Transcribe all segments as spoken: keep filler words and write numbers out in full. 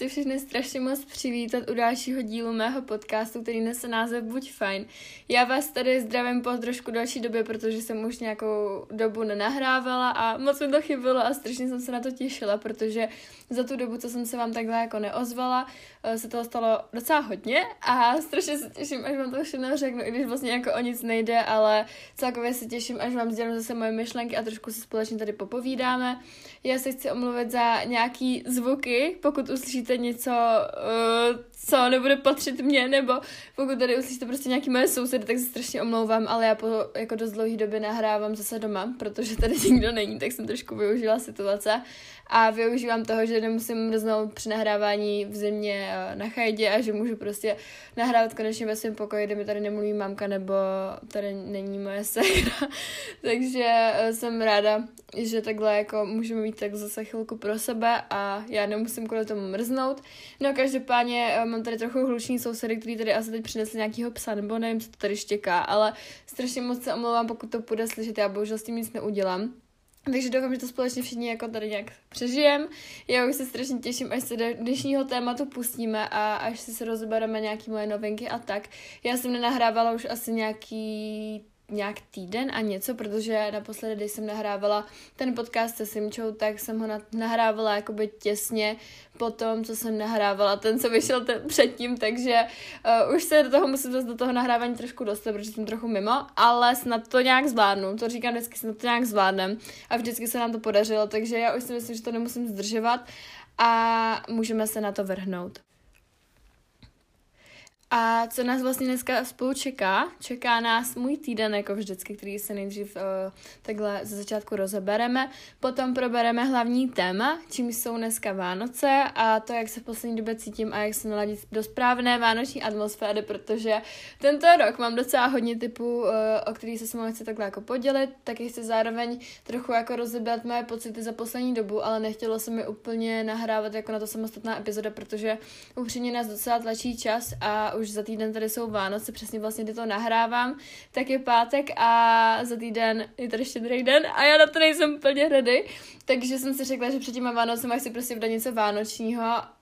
chci všechny strašně moc přivítat u dalšího dílu mého podcastu, který nese název Buď fajn. Já vás tady zdravím po trošku další době, protože jsem už nějakou dobu nenahrávala a moc mi to chybilo a strašně jsem se na to těšila, protože za tu dobu, co jsem se vám takhle jako neozvala, se toho stalo docela hodně a strašně se těším, až vám to všechno řeknu, i když vlastně jako o nic nejde, ale celkově se těším, až vám sdělím zase moje myšlenky a trošku si společně tady popovídáme. Já se chci omluvit za nějaký zvuky, pokud uslyšíte něco, uh, co nebude patřit mně, nebo pokud tady uslyšíte prostě nějaký moje sousedy, tak se strašně omlouvám, ale já po jako dost dlouhý době nahrávám zase doma, protože tady nikdo není, tak jsem trošku využila situace a využívám toho, že nemusím mrznout při nahrávání v zimě na chajdě a že můžu prostě nahrávat konečně ve svém pokoji, kde mi tady nemluví mamka nebo tady není moje ségra. Takže jsem ráda, že takhle jako můžeme mít tak zase chvilku pro sebe a já nemusím kvůli tomu mrznout. No každopádně mám tady trochu hluční sousedy, který tady asi teď přinesli nějakýho psa, nebo nevím, co to tady štěká, ale strašně moc se omlouvám, pokud to bude slyšet, já bohužel s tím nic neudělám. Takže doufám, že to společně všichni jako tady nějak přežijem. Já už se strašně těším, až se do dnešního tématu pustíme a až si se rozebereme nějaký moje novinky a tak. Já jsem nenahrávala už asi nějaký nějak týden a něco, protože naposledy, když jsem nahrávala ten podcast se Simčou, tak jsem ho nahrávala jakoby těsně po tom, co jsem nahrávala ten, co vyšel ten předtím, takže uh, už se do toho musím zase do toho nahrávání trošku dostat, protože jsem trochu mimo, ale snad to nějak zvládnu, to říkám vždycky, snad to nějak zvládnem a vždycky se nám to podařilo, takže já už si myslím, že to nemusím zdržovat a můžeme se na to vrhnout. A co nás vlastně dneska spolu čeká? Čeká nás můj týden, jako vždycky, který se nejdřív uh, takhle ze začátku rozebereme. Potom probereme hlavní téma, čím jsou dneska Vánoce a to, jak se v poslední době cítím a jak se naladit do správné vánoční atmosféry, protože tento rok mám docela hodně typů, uh, o kterých se s mnou chci takhle jako podělit, taky chci zároveň trochu jako rozebrat moje pocity za poslední dobu, ale nechtělo se mi úplně nahrávat jako na to samostatná epizoda, protože upřímně nás docela tlačí čas a už za týden tady jsou Vánoce, přesně vlastně kdy to nahrávám, tak je pátek a za týden je tady Štědrý den a já na to nejsem úplně ready, takže jsem si řekla, že před těma Vánocema chci prostě vdat něco vánočního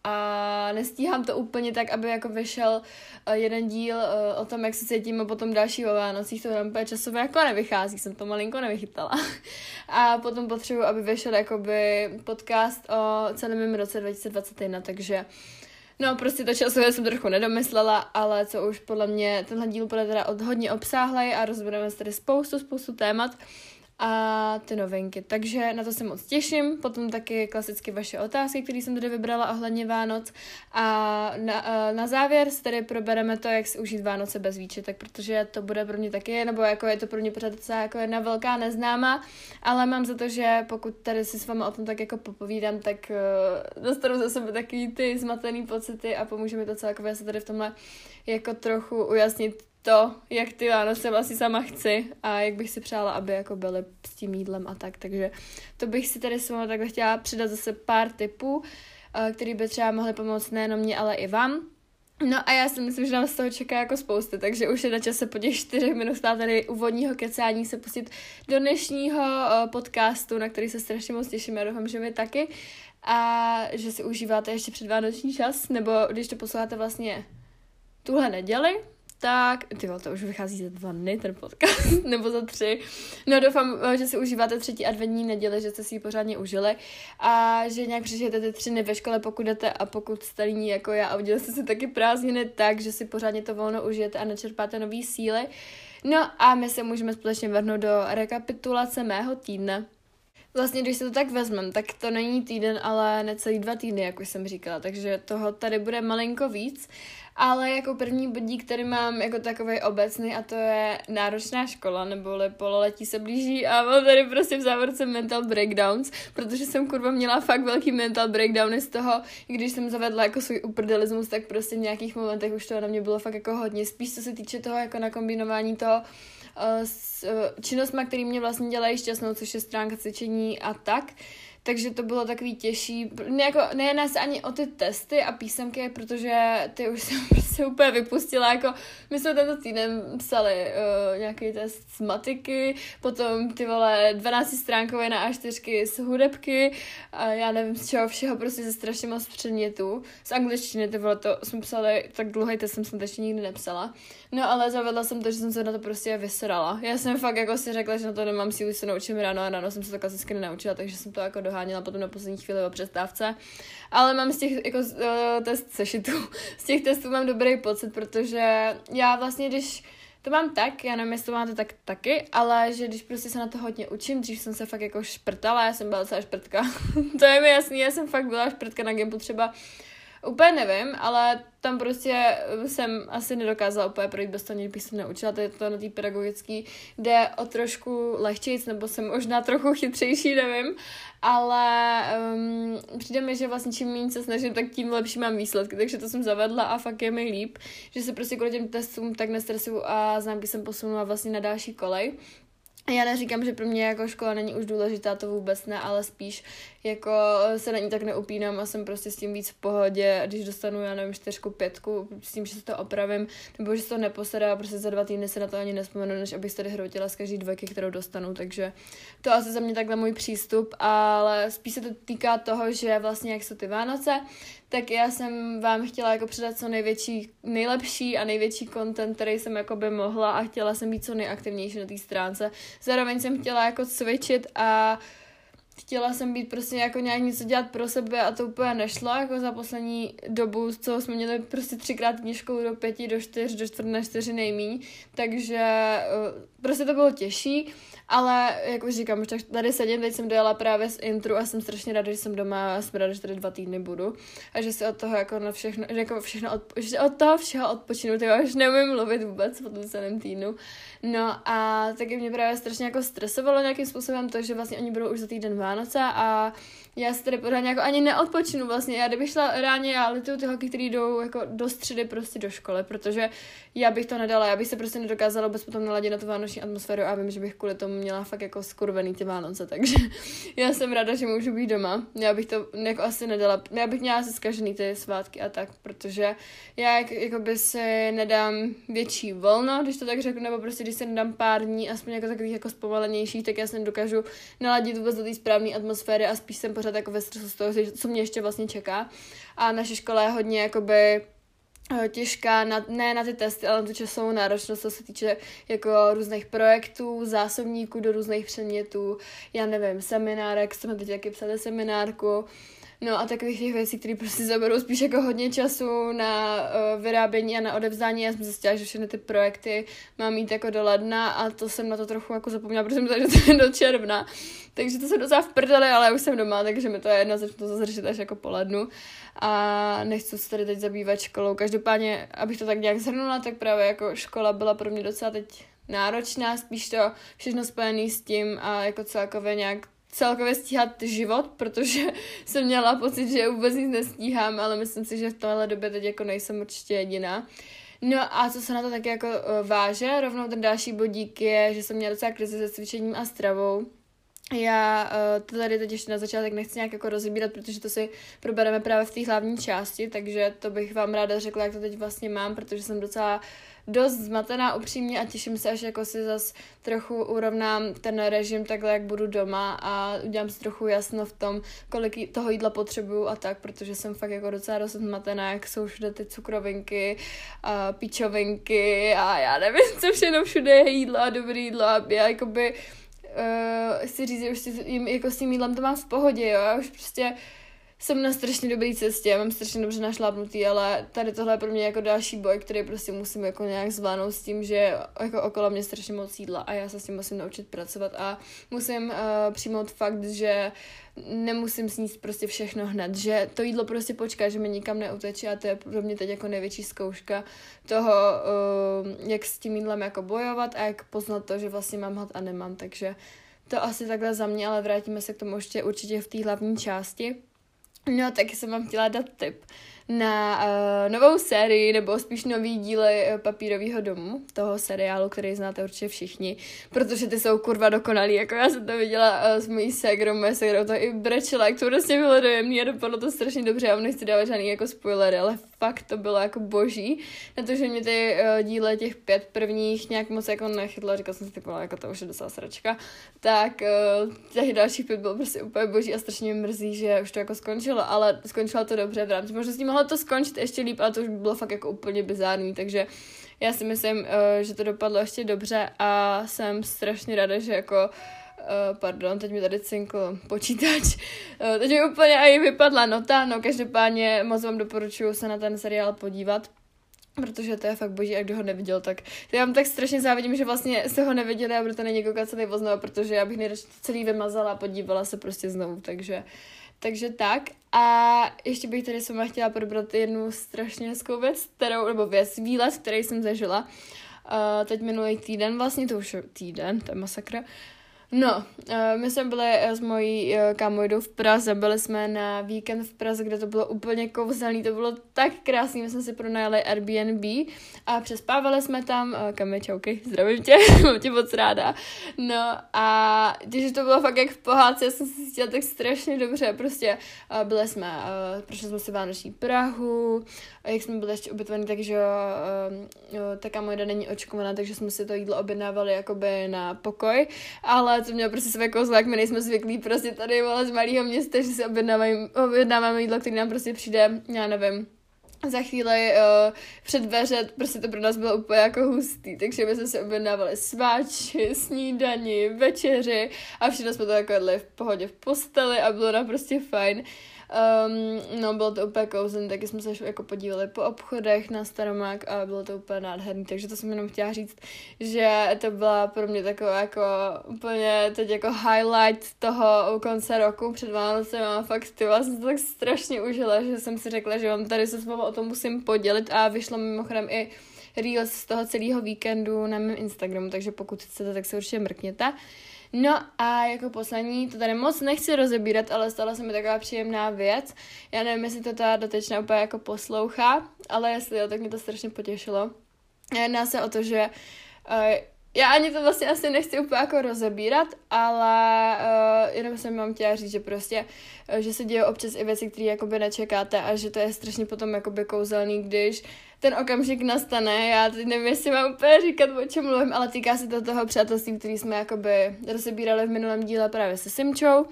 a nestíhám to úplně tak, aby jako vyšel jeden díl o tom, jak se cítím a potom další o Vánocích, to tam úplně časově jako nevychází, jsem to malinko nevychytala. A potom potřebuji, aby vyšel jakoby podcast o celém mém roce dva tisíce dvacet jedna, takže no, prostě to časově jsem trochu nedomyslela, ale co už podle mě tenhle díl bude teda od hodně obsáhlej a rozbereme se tady spoustu, spoustu témat a ty novinky. Takže na to se moc těším. Potom taky klasicky vaše otázky, které jsem tady vybrala ohledně Vánoc. A na, na závěr si tady probereme to, jak si užít Vánoce bez výčitek, protože to bude pro mě taky, nebo jako je to pro mě pořád docela jako jedna velká neznámá, ale mám za to, že pokud tady si s váma o tom tak jako popovídám, tak uh, dostanu za sebe takový ty zmatený pocity a pomůže mi to celkově se tady v tomhle jako trochu ujasnit to, jak ty Vánoce vlastně sama chci a jak bych si přála, aby jako byly s tím jídlem a tak, takže to bych si tady s vámi takhle chtěla přidat zase pár tipů, který by třeba mohly pomoct nejenom mě, ale i vám. No a já si myslím, že nám z toho čeká jako spousty, takže už je na čase po těch čtyřech minutách tady úvodního kecání se pustit do dnešního podcastu, na který se strašně moc těším, já doufám, že vy taky a že si užíváte ještě předvánoční čas, nebo když to posloucháte vlastně tuhle neděli, tak, tyvo, to už vychází za dva dny, ten podcast, nebo za tři. No doufám, že si užíváte třetí adventní neděli, že jste si ji pořádně užili a že nějak přežijete ty tři dny ve škole, pokud jdete a pokud jste líní jako já a udělali jste si taky prázdniny tak, že si pořádně to volno užijete a načerpáte nový síly. No a my se můžeme společně vrhnout do rekapitulace mého týdne. Vlastně, když se to tak vezmem, tak to není týden, ale necelý dva týdny, jak už jsem říkala, takže toho tady bude malinko víc. Ale jako první bodík, který mám jako takovej obecný a to je náročná škola, neboli pololetí se blíží a mám tady prostě v závorce mental breakdowns, protože jsem kurva měla fakt velký mental breakdowny z toho, když jsem zavedla jako svůj uprdelismus, tak prostě v nějakých momentech už to na mě bylo fakt jako hodně, spíš co se týče toho jako nakombinování toho s činnostma, který mě vlastně dělají šťastnou, což je stránka cvičení a tak, takže to bylo takový těžší. Ne, jako, nejedná se ani o ty testy a písemky, protože ty už jsem prostě úplně vypustila. Jako, my jsme tento týden psali uh, nějaký test z matiky, potom ty vole dvanáctistránkový na á čtyři z hudebky a já nevím z čeho všeho, prostě ze strašně moc předmětů. Z angličtiny ty vole, to jsme psali, tak dlouhý test jsem ještě nikdy nepsala. No ale zavedla jsem to, že jsem se na to prostě vysrala. Já jsem fakt jako si řekla, že na to nemám sílu, se naučím ráno a ráno jsem se to klasicky nenaučila, takže jsem to jako doháněla potom na poslední chvíli o přestávce. Ale mám z těch jako uh, test sešitů, z těch testů mám dobrý pocit, protože já vlastně, když to mám tak, já nevím, jestli to máte tak taky, ale že když prostě se na to hodně učím, dřív jsem se fakt jako šprtala, já jsem byla celá šprtka, to je mi jasný, já jsem fakt byla šprtka na Gimplu třeba. Úplně nevím, ale tam prostě jsem asi nedokázala úplně projít bez toho, bych se naučila, to je to na té pedagogický, jde o trošku lehčejc, nebo jsem možná trochu chytřejší, nevím, ale um, přijde mi, že vlastně čím méně se snažím, tak tím lepší mám výsledky, takže to jsem zavedla a fakt je mi líp, že se prostě kvůli těm testům tak nestresuju a známky jsem posunula vlastně na další kolej. Já neříkám, že pro mě jako škola není už důležitá, to vůbec ne, ale spíš jako se na ní tak neupínám a jsem prostě s tím víc v pohodě, když dostanu, já nevím, čtyřku, pětku, s tím, že se to opravím, nebo že se to neposedá a prostě za dva týdny se na to ani nespomenu, než abych se tady hrotila z každý dvojky, kterou dostanu, takže to asi za mě takhle můj přístup, ale spíš se to týká toho, že vlastně jak jsou ty Vánoce, tak já jsem vám chtěla jako předat co největší, nejlepší a největší content, který jsem jako by mohla a chtěla jsem být co nejaktivnější na té stránce. Zároveň jsem chtěla jako cvičit a chtěla jsem být prostě jako nějak něco dělat pro sebe a to úplně nešlo, jako za poslední dobu, co jsme měli prostě třikrát týdně školu do pěti, do čtyř, do čtvrt na čtyři nejmíň, takže prostě to bylo těžší, ale jak už říkám, už tady sedím, teď jsem dojela právě z intru a jsem strašně ráda, že jsem doma a jsem ráda, že tady dva týdny budu a že se od toho jako na všechno, že jako všechno odpo, že od toho všeho odpočinu, ty už neumím mluvit vůbec po tom celém týdnu. No a taky mě právě strašně jako stresovalo nějakým způsobem to, že vlastně oni budou už za týden Vánoce a já se tady pořádně jako ani neodpočinu vlastně. Já kdybych šla ráně, já lituju ty holky, který jdou jako do středy prostě do školy, protože já bych to nedala, já bych se prostě nedokázala vůbec potom naladit na tu vánoční atmosféru a vím, že bych kvůli tomu měla fakt jako skurvený ty Vánoce, takže já jsem ráda, že můžu být doma. Já bych to jako asi nedala, já bych měla asi zkažený ty svátky a tak, protože já jak, jakoby si nedám větší volno, když to tak řeknu, nebo prostě když si nedám pár dní, aspoň jako takových jako zpomalenějších, tak já se nedokážu naladit vůbec do té správné atmosféry a spíš jsem pořád jako ve stresu z toho, co mě ještě vlastně čeká. A naše škola je hodně jakoby těžká, na, ne na ty testy, ale na tu časovou náročnost, co se týče jako různých projektů, zásobníků do různých předmětů, já nevím, seminárek, jsme teď taky psali seminárku, no a takových těch věcí, které prostě zaberou spíš jako hodně času na uh, vyrábění a na odevzdání. Já jsem zjistila, že všechny ty projekty mám mít jako do ledna a to jsem na to trochu jako zapomněla, protože jsem tady že to je do června. Takže to jsem docela v prdeli, ale už jsem doma, takže mi to je jedno, začnu to zase řešit až jako po lednu. A nechci se tady teď zabývat školou. Každopádně, abych to tak nějak shrnula, tak právě jako škola byla pro mě docela teď náročná, spíš to všechno spojené s tím a jako celkově nějak celkově stíhat život, protože jsem měla pocit, že vůbec nic nestíhám, ale myslím si, že v téhle době teď jako nejsem určitě jediná. No a co se na to taky jako váže, rovnou ten další bodík je, že jsem měla docela krizi se cvičením a stravou. Já to tady teď ještě na začátek nechci nějak jako rozebírat, protože to si probereme právě v té hlavní části, takže to bych vám ráda řekla, jak to teď vlastně mám, protože jsem docela dost zmatená upřímně a těším se, až jako si zas trochu urovnám ten režim takhle, jak budu doma a udělám si trochu jasno v tom, kolik toho jídla potřebuju a tak, protože jsem fakt jako docela dost zmatená, jak jsou všude ty cukrovinky, a píčovinky a já nevím, co všechno všude je jídlo a dobrý jídlo a já jakoby uh, chci říct, že už si, jako s tím jídlem to mám v pohodě, jo, já už prostě jsem na strašně dobré cestě, mám strašně dobře našlápnutý, ale tady tohle je pro mě jako další boj, který prostě musím jako nějak zvládnout s tím, že jako okolo mě strašně moc jídla a já se s tím musím naučit pracovat a musím uh, přijmout fakt, že nemusím sníst prostě všechno hned, že to jídlo prostě počká, že mi nikam neuteče a to je pro mě teď jako největší zkouška toho, uh, jak s tím jídlem jako bojovat a jak poznat to, že vlastně mám hlad a nemám, takže to asi takhle za mě, ale vrátíme se k tomu ještě určitě v té hlavní části. No, taky jsem vám chtěla dát tip na uh, novou sérii, nebo spíš nový díly uh, Papírového domu, toho seriálu, který znáte určitě všichni, protože ty jsou kurva dokonalý, jako já jsem to viděla uh, s mojí ségrou, moje ségrou to i brečela, jak to prostě bylo dojemný a dopadlo to strašně dobře, já vám nechci dávat žádný jako spoilery, ale fakt to bylo jako boží, na to, že mě ty uh, díly těch pět prvních nějak moc jako nechytlo, říkala jsem si typovala, jako to už je docela sračka, tak uh, těch dalších pět bylo prostě úplně boží a strašně mě mrzí, že už to jako skončilo, ale skončilo to dobře v rámci možností, mohlo to skončit ještě líp, ale to už bylo fakt jako úplně bizární, takže já si myslím, uh, že to dopadlo ještě dobře a jsem strašně ráda, že jako Uh, pardon, teď mi tady cinkl počítač. Uh, teď mi úplně i vypadla nota, no každopádně moc vám doporučuji se na ten seriál podívat, protože to je fakt boží a kdo ho neviděl, tak to já vám tak strašně závidím, že vlastně se ho neviděli a budete na něj koukat celý oznova, protože já bych nejradši to celý vymazala a podívala se prostě znovu, takže takže tak. A ještě bych tady s váma chtěla probrat jednu strašně hezkou věc, kterou, nebo věc, výlet, který jsem zažila uh, teď minulý týden, vlastně to už je týden, to je masakra. No, uh, my jsme byli s mojí uh, kámojdou v Praze, byli jsme na víkend v Praze, kde to bylo úplně kouzelný, to bylo tak krásný, my jsme si pronajali Airbnb a přespávali jsme tam, uh, Kami, čauky, zdravím tě, mám tě moc ráda, no a když to bylo fakt jak v pohádce, já jsem si cítila tak strašně dobře, prostě uh, byli jsme, uh, prošli jsme si vánoční Prahu, a jak jsme byli ještě ubytovaní, takže uh, uh, ta kámojda není očkovaná, takže jsme si to jídlo objednávali jakoby na pokoj, ale to mělo prostě své kouzlo, jak my nejsme zvyklí prostě tady vole z malého města, že si objednáváme jídlo, který nám prostě přijde, já nevím, za chvíli uh, před dveře, prostě to pro nás bylo úplně jako hustý, takže my jsme si objednávali sváči, snídani, večeři a všechno jsme to jako jedli v pohodě v posteli a bylo nám prostě fajn. Um, no, bylo to úplně kouzelné, taky jsme se jako podívali po obchodech na Staromák a bylo to úplně nádherný, takže to jsem jenom chtěla říct, že to byla pro mě taková jako úplně teď jako highlight toho konce roku před Vánocem a fakt ty vás jsem to tak strašně užila, že jsem si řekla, že vám tady se s vámi o tom musím podělit a vyšlo mimochodem i reels z toho celého víkendu na mém Instagramu, takže pokud chcete, tak se určitě mrkněte. No a jako poslední, to tady moc nechci rozebírat, ale stala se mi taková příjemná věc. Já nevím, jestli to ta dotečná úplně jako poslouchá, ale jestli jo, tak mě to strašně potěšilo. Jedná se o to, že uh, já ani to vlastně asi nechci úplně jako rozebírat, ale uh, jenom jsem vám chtěla říct, že prostě, uh, že se dějí občas i věci, které jakoby nečekáte a že to je strašně potom jakoby kouzelný, když ten okamžik nastane. Já teď nevím, jestli mám úplně říkat, o čem mluvím, ale týká se to toho přátelství, který jsme jakoby rozebírali v minulém díle právě se Simčou.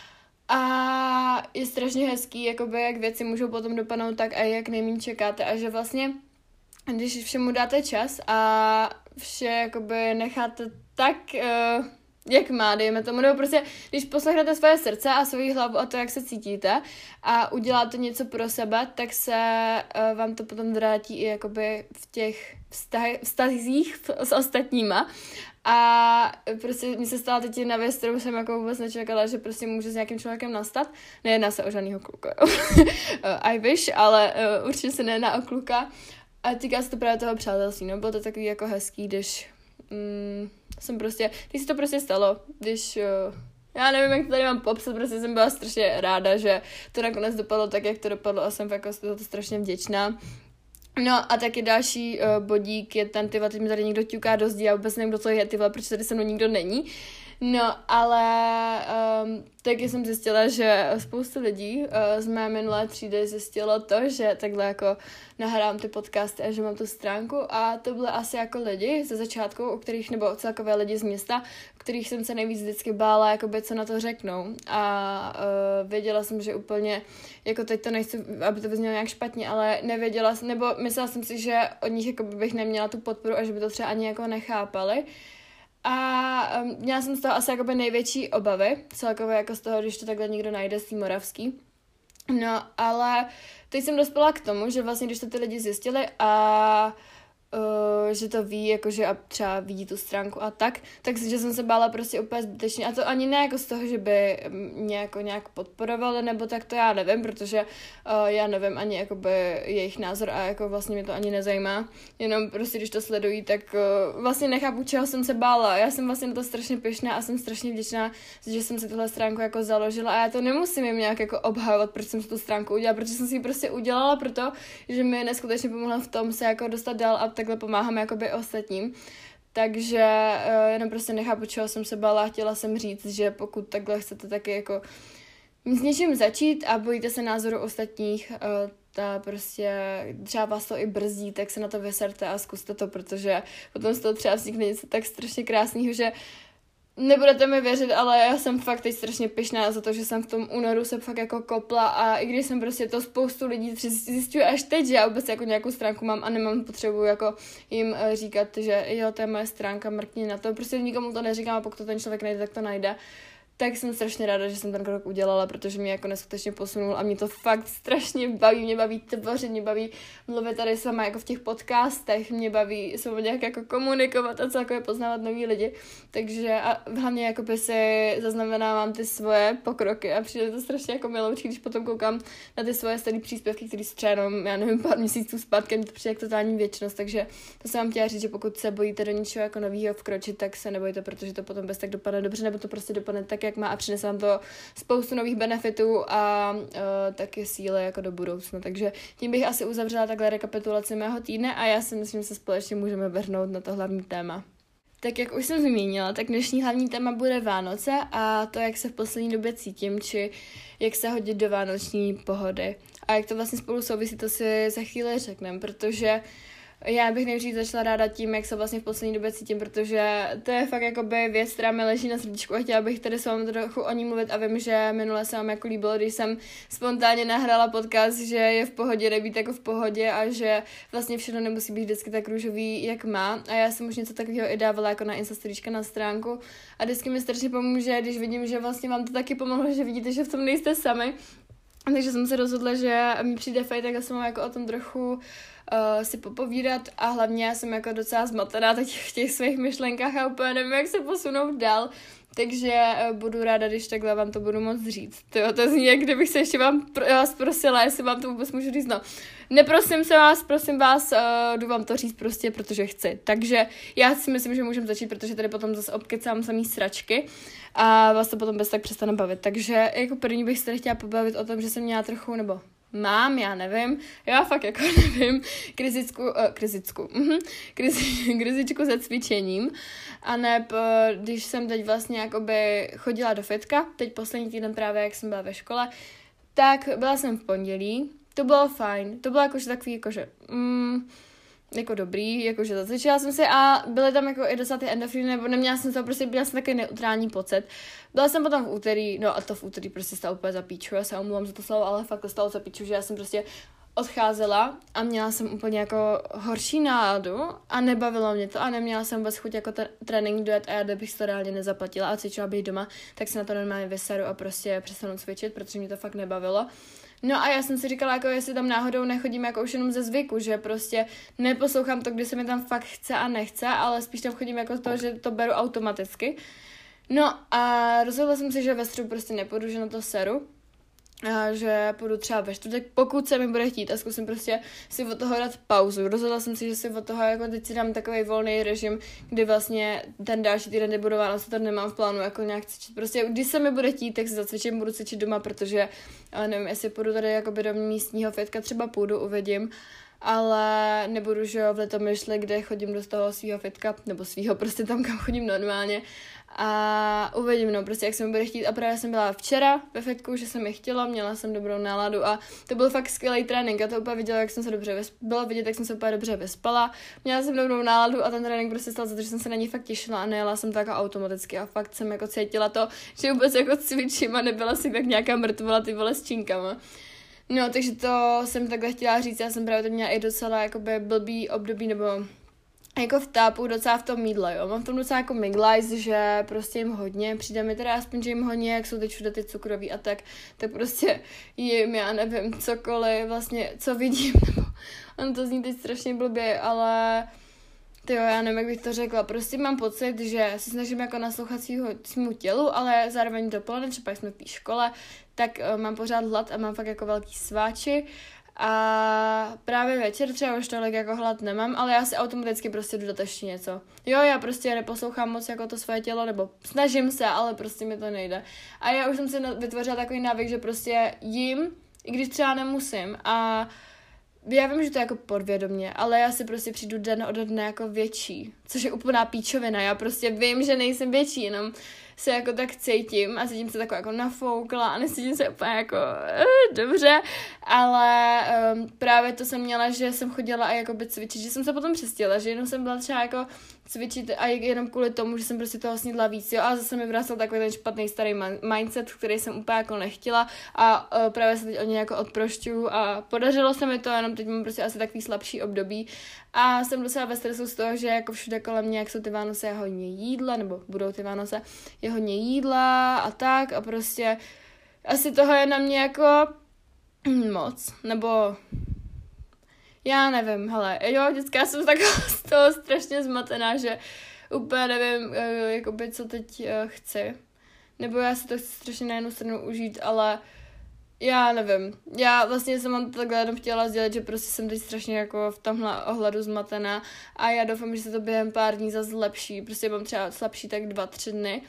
A je strašně hezký, jakoby, jak věci můžou potom dopadnout tak a jak nejméně čekáte a že vlastně když všemu dáte čas a vše jakoby necháte tak, uh, jak má, dejme tomu, nebo prostě, když poslechnete svoje srdce a svoji hlavu a to, jak se cítíte a uděláte něco pro sebe, tak se uh, vám to potom vrátí i jakoby v těch vztah, vztazích s ostatníma. A prostě mi se stala teď jedna věc, kterou jsem jako vůbec nečekala, že prostě může s nějakým člověkem nastat. Nejedná se o žádnýho kluka. I wish, ale uh, určitě se nejedná o kluka. A týká se to právě toho přátelství, no, bylo to takový jako hezký, když mm, jsem prostě, když se to prostě stalo, když, uh, já nevím, jak to tady mám popsat, prostě jsem byla strašně ráda, že to nakonec dopadlo tak, jak to dopadlo a jsem fakt jako za to strašně vděčná. No a taky další uh, bodík je ten, tyva, teď mi tady někdo ťuká do zdi, já vůbec nevím, kdo to je, tyva, proč tady se mnou nikdo není. No, ale um, taky jsem zjistila, že spoustu lidí uh, z mé minulé třídy zjistilo to, že takhle jako nahrám ty podcasty a že mám tu stránku a to byly asi jako lidi ze začátku, u kterých, nebo celkové lidi z města, kterých jsem se nejvíc vždycky bála, jakoby, co na to řeknou. A uh, věděla jsem, že úplně, jako teď to nechci, aby to vyznělo nějak špatně, ale nevěděla jsem, nebo myslela jsem si, že od nich jakoby, bych neměla tu podporu a že by to třeba ani jako nechápali. A um, měla jsem z toho asi jakoby největší obavy, celkově jako z toho, když to takhle někdo najde z té Moravský. No, ale teď jsem dospěla k tomu, že vlastně, když to ty lidi zjistili a Uh, že to ví, jakože a třeba vidí tu stránku a tak, takže jsem se bála prostě úplně zbytečně a to ani ne jako z toho, že by mě jako nějak podporovali, nebo tak to já nevím, protože uh, já nevím ani jakoby jejich názor a jako vlastně mě to ani nezajímá, jenom prostě když to sledují, tak uh, vlastně nechápu, čeho jsem se bála, já jsem vlastně na to strašně pyšná a jsem strašně vděčná, že jsem si tuhle stránku jako založila a já to nemusím jim nějak jako obhajovat, proč jsem si tu stránku udělala, protože jsem si ji prostě udělala, proto, že mi neskutečně pomohla v tom se jako dostat dál a takhle pomáháme jakoby ostatním. Takže uh, jenom prostě nechápu, čeho jsem se bála. Chtěla jsem říct, že pokud takhle chcete taky jako s něčím začít a bojíte se názoru ostatních, uh, ta prostě třeba vás to i brzdí, tak se na to vyserte a zkuste to, protože potom z toho třeba vznikne něco tak strašně krásného, že nebudete mi věřit, ale já jsem fakt teď strašně pyšná za to, že jsem v tom únoru se fakt jako kopla a i když jsem prostě to spoustu lidí zjišťuje až teď, že já vůbec jako nějakou stránku mám a nemám potřebu jako jim říkat, že jo, to je moje stránka, mrkni na to, prostě nikomu to neříkám a pokud to ten člověk najde, tak to najde. Tak jsem strašně ráda, že jsem ten krok udělala, protože mě jako neskutečně posunul a mě to fakt strašně baví, mě baví tvořit, mě baví mluvit tady s váma jako v těch podcastech, mě baví s vámi nějak jako komunikovat a celkově poznávat nový lidi, takže a hlavně jako by si zaznamenávám ty svoje pokroky a přijde to strašně jako miloučky, když potom koukám na ty svoje staré příspěvky, které jsou třeba jenom, já nevím, pár měsíců zpátky, mi to přijde jak totální věčnost, takže to jsem vám chtěla říct, že pokud se bojíte do něčeho jako nového vkročit, tak se nebojte, protože to potom bez tak dopadne dobře, nebo to prostě dopadne tak, jak má a přinese vám to spoustu nových benefitů a uh, taky síly jako do budoucna. Takže tím bych asi uzavřela takhle rekapitulaci mého týdne a já si myslím, že se společně můžeme vrhnout na to hlavní téma. Tak jak už jsem zmínila, tak dnešní hlavní téma bude Vánoce a to, jak se v poslední době cítím, či jak se hodit do vánoční pohody. A jak to vlastně spolu souvisí, to si za chvíli řekneme, protože já bych nejdřív začala ráda tím, jak se vlastně v poslední době cítím, protože to je fakt jakoby věc, která mi leží na srdíčku a chtěla bych tady s vámi trochu o ní mluvit a vím, že minule se vám jako líbilo, když jsem spontánně nahrála podcast, že je v pohodě nebýt jako v pohodě a že vlastně všechno nemusí být vždycky tak růžový, jak má. A já jsem už něco takového i dávala jako na Instastoríčka na stránku a vždycky mi strašně pomůže, když vidím, že vlastně vám to taky pomohlo, že vidíte, že v tom nejste sami. Takže jsem se rozhodla, že mi přijde fajn, tak jsem jako o tom trochu uh, si popovídat a hlavně já jsem jako docela zmatená teď v těch svých myšlenkách a úplně nevím, jak se posunout dál. Takže uh, budu ráda, když takhle vám to budu moc říct. Tyjo, to zní, jak kdybych se ještě vám pro, vás prosila, jestli vám to vůbec můžu říct. No, neprosím se vás, prosím vás, uh, jdu vám to říct prostě, protože chci. Takže já si myslím, že můžeme začít, protože tady potom zase obkecám samý sračky a vás to potom bez tak přestane bavit. Takže jako první bych se tady chtěla pobavit o tom, že jsem měla trochu, nebo mám, já nevím, já fakt jako nevím, krizicku, uh, krizicku, uh-huh, krizi, krizičku se cvičením a neb, uh, když jsem teď vlastně jakoby chodila do fitka, teď poslední týden právě, jak jsem byla ve škole, tak byla jsem v pondělí, to bylo fajn, to bylo jakože takový, jakože, mm, jako dobrý, jakože zacvičila jsem se a byly tam jako i docela ty endorfiny, nebo neměla jsem to, prostě měla jsem takový neutrální pocit. Byla jsem potom v úterý, no a to v úterý prostě stalo úplně za píču, já se omluvám za to slovo, ale fakt to stalo za píču, že já jsem prostě odcházela a měla jsem úplně jako horší náladu a nebavilo mě to a neměla jsem vůbec chuť jako ten trénink dojet a já kdybych to reálně nezaplatila a cvičila bych doma, tak se na to normálně vyseru a prostě přestanu cvičit, protože mě to fakt nebavilo. No a já jsem si říkala, jako jestli tam náhodou nechodím jako už jenom ze zvyku, že prostě neposlouchám to, kdy se mi tam fakt chce a nechce, ale spíš tam chodím jako to, že to beru automaticky. No a rozhodla jsem si, že ve středu prostě nepůjdu, že na to seru. A že půjdu třeba ve čtvrtek, pokud se mi bude chtít a zkusím prostě si od toho dát pauzu. Rozhodla jsem si, že si od toho, jako teď si dám takový volný režim, kdy vlastně ten další týden nebudu Vánoce, to nemám v plánu jako nějak cvičit. Prostě když se mi bude chtít, tak si zacvičím, budu cvičit doma, protože nevím, jestli půjdu tady jakoby do místního fitka, třeba půjdu, uvidím. Ale nebudu, že jo, v Litomyšli, kde chodím do toho svýho fitka, nebo svýho, prostě tam, kam chodím normálně. A uvidím, no, prostě jak se mi bude chtít. A právě jsem byla včera ve fitku, že jsem je chtěla, měla jsem dobrou náladu a to byl fakt skvělý trénink. Já to úplně viděla, jak jsem se dobře vyspala, bylo vidět, jak jsem se úplně dobře vyspala. Měla jsem dobrou náladu a ten trénink prostě stal za to, že jsem se na ní fakt těšila a nejela jsem to jako automaticky a fakt jsem jako cítila to, že vůbec jako cvičím a nebyla si tak nějaká mrtvola ty vole s činkama. No, takže to jsem takhle chtěla říct, já jsem právě to měla i docela jakoby blbý období, nebo jako vtápu docela v tom jídle, jo. Mám v tom docela jako miglajs, že prostě jim hodně, přijde mi teda aspoň, že jim hodně, jak jsou teď všude ty cukroví a tak, tak prostě jim, já nevím, cokoliv, vlastně, co vidím, nebo on to zní teď strašně blbě, ale tyjo, já nevím, jak bych to řekla, prostě mám pocit, že se snažím jako naslouchat svýmu tělu, ale zároveň dopoledne, třeba jsme v té škole, tak uh, mám pořád hlad a mám fakt jako velký sváči. A právě večer třeba už tolik jako hlad nemám, ale já si automaticky prostě jdu dát ještě něco. Jo, já prostě neposlouchám moc jako to své tělo, nebo snažím se, ale prostě mi to nejde. A já už jsem si vytvořila takový návyk, že prostě jím, i když třeba nemusím. A já vím, že to je jako podvědomě, ale já si prostě přijdu den od dne jako větší, což je úplná píčovina. Já prostě vím, že nejsem větší, jenom se jako tak cítím a cítím se taková jako nafoukla a necítím se úplně jako uh, dobře, ale um, právě to jsem měla, že jsem chodila a jakoby cvičit, že jsem se potom přestěla, že jenom jsem byla třeba jako cvičit a jenom kvůli tomu, že jsem prostě toho snídla víc, jo, a zase mi vracel takový ten špatný starý mindset, který jsem úplně jako nechtěla a uh, právě se teď od něj jako odprošťuju a podařilo se mi to, jenom teď mám prostě asi takový slabší období a jsem docela ve stresu z toho, že jako všude kolem mě, jak jsou ty Vánoce, je hodně jídla, nebo budou ty Vánoce, je hodně jídla a tak a prostě asi toho je na mě jako moc, nebo já nevím, hele, jo, vždycky já jsem taková z toho strašně zmatená, že úplně nevím, jakoby, co teď chci. Nebo já si to chci strašně na jednu stranu užít, ale já nevím. Já vlastně jsem vám takhle jenom chtěla sdělit, že prostě jsem teď strašně jako v tomhle ohledu zmatená a já doufám, že se to během pár dní zase zlepší. Prostě mám třeba slabší tak dva, tři dny.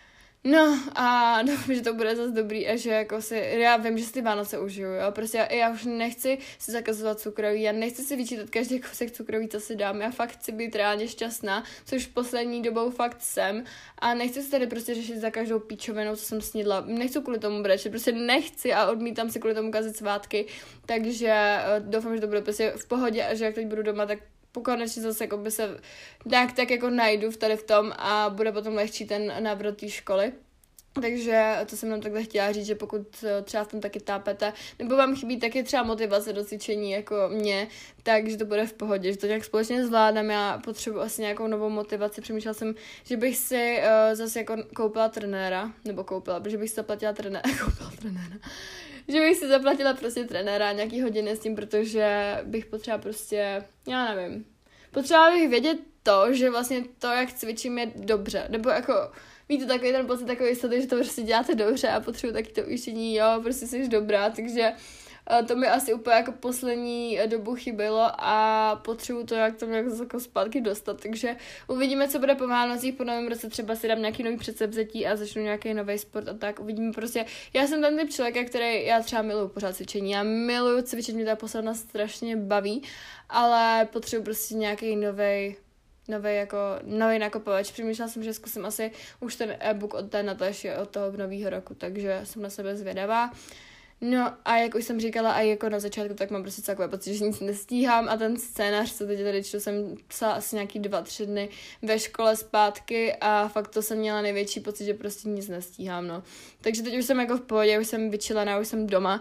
No a doufám, že to bude zase dobrý a že jako si, já vím, že si ty Vánoce užiju, jo, prostě já, já už nechci si zakazovat cukroví, já nechci si vyčítat každý kousek cukroví, co si dám, já fakt chci být reálně šťastná, což v poslední dobou fakt jsem a nechci si tady prostě řešit za každou píčovinou, co jsem snídla, nechci kvůli tomu brečet, prostě nechci a odmítám si kvůli tomu kazit svátky, takže uh, doufám, že to bude prostě v pohodě a že jak teď budu doma, tak konečně zase jako by se tak, tak jako najdu v tady v tom a bude potom lehčí ten návrat té školy. Takže to jsem nám takhle chtěla říct, že pokud třeba v tom taky tápete, nebo vám chybí taky třeba motivace do cvičení jako mě, takže to bude v pohodě, že to nějak společně zvládám, já potřebuji asi nějakou novou motivaci, přemýšlela jsem, že bych si uh, zase jako koupila trenéra, nebo koupila, protože bych si zaplatila trenéra, koupila trenéra, že bych si zaplatila prostě trenéra nějaký hodiny s tím, protože bych potřeba prostě, já nevím, potřeba bych vědět to, že vlastně to, jak cvičím, je dobře, nebo jako víte takový ten pocit, takový jistoty, že to prostě děláte dobře a potřebuji taky to ujištění, jo, prostě jsi dobrá, takže to mi asi úplně jako poslední dobu chybělo a potřebuji to jak to nějak zase jako zpátky dostat, takže uvidíme, co bude po Vánocích, po novém roce třeba si dám nějaký nový předsevzetí a začnu nějaký nový sport a tak, uvidíme prostě, já jsem ten typ člověka, který, já třeba miluju pořád cvičení, já miluju cvičit, mě ta posledna strašně baví, ale potřebuji prostě nějaký nový nový jako, nový nakopovač. Přemýšlela jsem, že zkusím asi už ten e-book od té Nataši od toho nového roku, takže jsem na sebe zvědavá. No a jak už jsem říkala a jako na začátku, tak mám prostě takové pocit, že nic nestíhám a ten scénář, co teď tady čtu, jsem psala asi nějaký dva, tři dny ve škole zpátky a fakt to jsem měla největší pocit, že prostě nic nestíhám, no. Takže teď už jsem jako v pohodě, už jsem vyčilená, už jsem doma